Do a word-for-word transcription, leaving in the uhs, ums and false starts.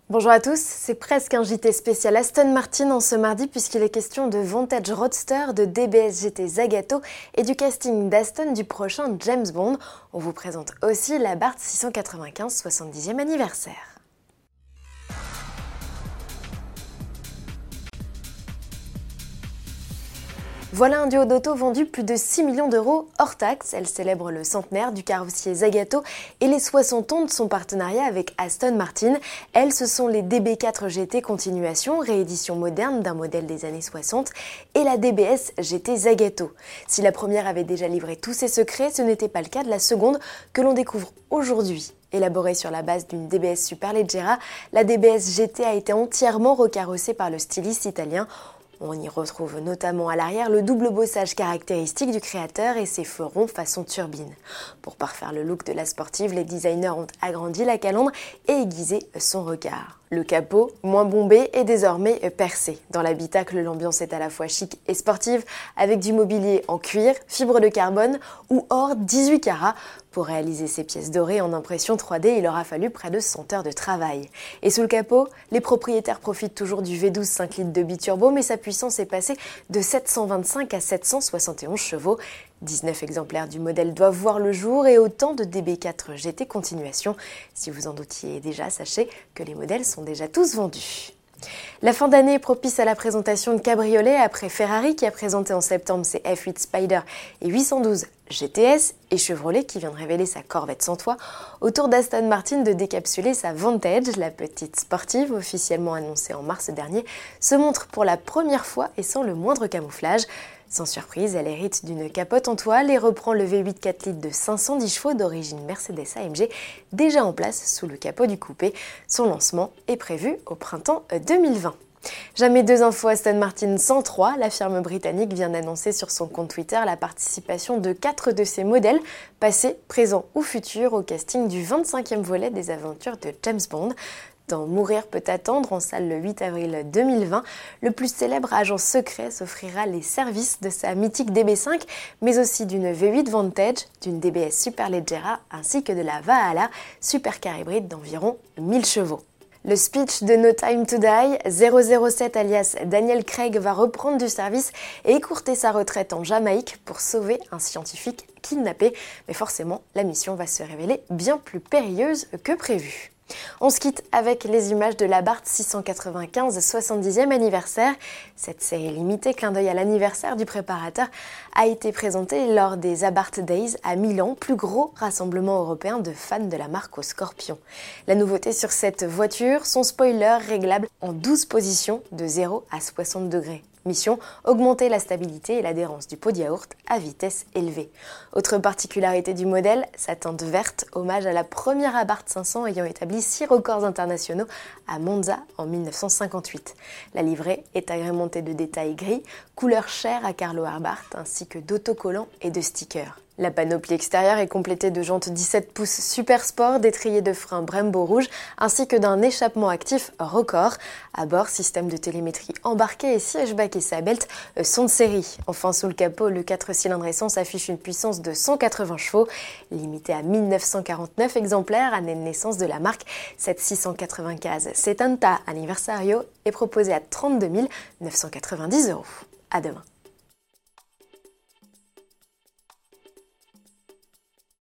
Bonjour à tous, c'est presque un J T spécial Aston Martin en ce mardi puisqu'il est question de Vantage Roadster, de D B S G T Zagato et du casting d'Aston du prochain James Bond. On vous présente aussi l'Abarth six cent quatre-vingt-quinze soixante-dixième anniversaire. Voilà un duo d'auto vendu plus de six millions d'euros hors taxe. Elle célèbre le centenaire du carrossier Zagato et les soixante ans de son partenariat avec Aston Martin. Elles, ce sont les D B quatre G T Continuation, réédition moderne d'un modèle des années soixante, et la D B S G T Zagato. Si la première avait déjà livré tous ses secrets, ce n'était pas le cas de la seconde que l'on découvre aujourd'hui. Élaborée sur la base d'une D B S Superleggera, la D B S G T a été entièrement recarrossée par le styliste italien. On y retrouve notamment à l'arrière le double bossage caractéristique du créateur et ses feux ronds façon turbine. Pour parfaire le look de la sportive, les designers ont agrandi la calandre et aiguisé son regard. Le capot, moins bombé, est désormais percé. Dans l'habitacle, l'ambiance est à la fois chic et sportive, avec du mobilier en cuir, fibre de carbone ou or dix-huit carats. Pour réaliser ces pièces dorées en impression trois D, il aura fallu près de cent heures de travail. Et sous le capot, les propriétaires profitent toujours du V douze cinq litres de biturbo, mais sa puissance est passée de sept cent vingt-cinq à sept cent soixante et onze chevaux. dix-neuf exemplaires du modèle doivent voir le jour et autant de D B quatre G T Continuation. Si vous en doutiez déjà, sachez que les modèles sont déjà tous vendus. La fin d'année est propice à la présentation de cabriolets après Ferrari qui a présenté en septembre ses F huit Spider et huit cent douze G T S et Chevrolet qui vient de révéler sa Corvette sans toit. Au tour d'Aston Martin de décapsuler sa Vantage, la petite sportive officiellement annoncée en mars dernier, se montre pour la première fois et sans le moindre camouflage. Sans surprise, elle hérite d'une capote en toile et reprend le V huit quatre litres de cinq cent dix chevaux d'origine Mercedes A M G, déjà en place sous le capot du coupé. Son lancement est prévu au printemps deux mille vingt. Jamais deux infos Aston Martin sans trois, la firme britannique vient d'annoncer sur son compte Twitter la participation de quatre de ses modèles, passés, présents ou futurs, au casting du vingt-cinquième volet des aventures de James Bond. Dans Mourir peut attendre, en salle le huit avril deux mille vingt, le plus célèbre agent secret s'offrira les services de sa mythique D B cinq, mais aussi d'une V huit Vantage, d'une D B S Superleggera ainsi que de la Valhalla, supercar hybride d'environ mille chevaux. Le speech de No Time to Die, zéro zéro sept alias Daniel Craig va reprendre du service et écourter sa retraite en Jamaïque pour sauver un scientifique kidnappé. Mais forcément, la mission va se révéler bien plus périlleuse que prévu. On se quitte avec les images de l'Abarth six cent quatre-vingt-quinze soixante-dixième anniversaire. Cette série limitée, clin d'œil à l'anniversaire du préparateur, a été présentée lors des Abarth Days à Milan, plus gros rassemblement européen de fans de la marque au scorpion. La nouveauté sur cette voiture, son spoiler réglable en douze positions de zéro à soixante degrés. Mission, augmenter la stabilité et l'adhérence du pot de yaourt à vitesse élevée. Autre particularité du modèle, sa teinte verte, hommage à la première Abarth cinq cents ayant établi six records internationaux à Monza en mille neuf cent cinquante-huit. La livrée est agrémentée de détails gris, couleur chair à Carlo Abarth, ainsi que d'autocollants et de stickers. La panoplie extérieure est complétée de jantes dix-sept pouces Super Sport, d'étriers de frein Brembo rouge, ainsi que d'un échappement actif record. À bord, système de télémétrie embarqué et siège bac et sabelt sont de série. Enfin, sous le capot, le quatre cylindres essence affiche une puissance de cent quatre-vingts chevaux. Limité à mille neuf cent quarante-neuf exemplaires, année de naissance de la marque, cette six cent quatre-vingt-quinze settanta Anniversario est proposée à trente-deux mille neuf cent quatre-vingt-dix euros. À demain.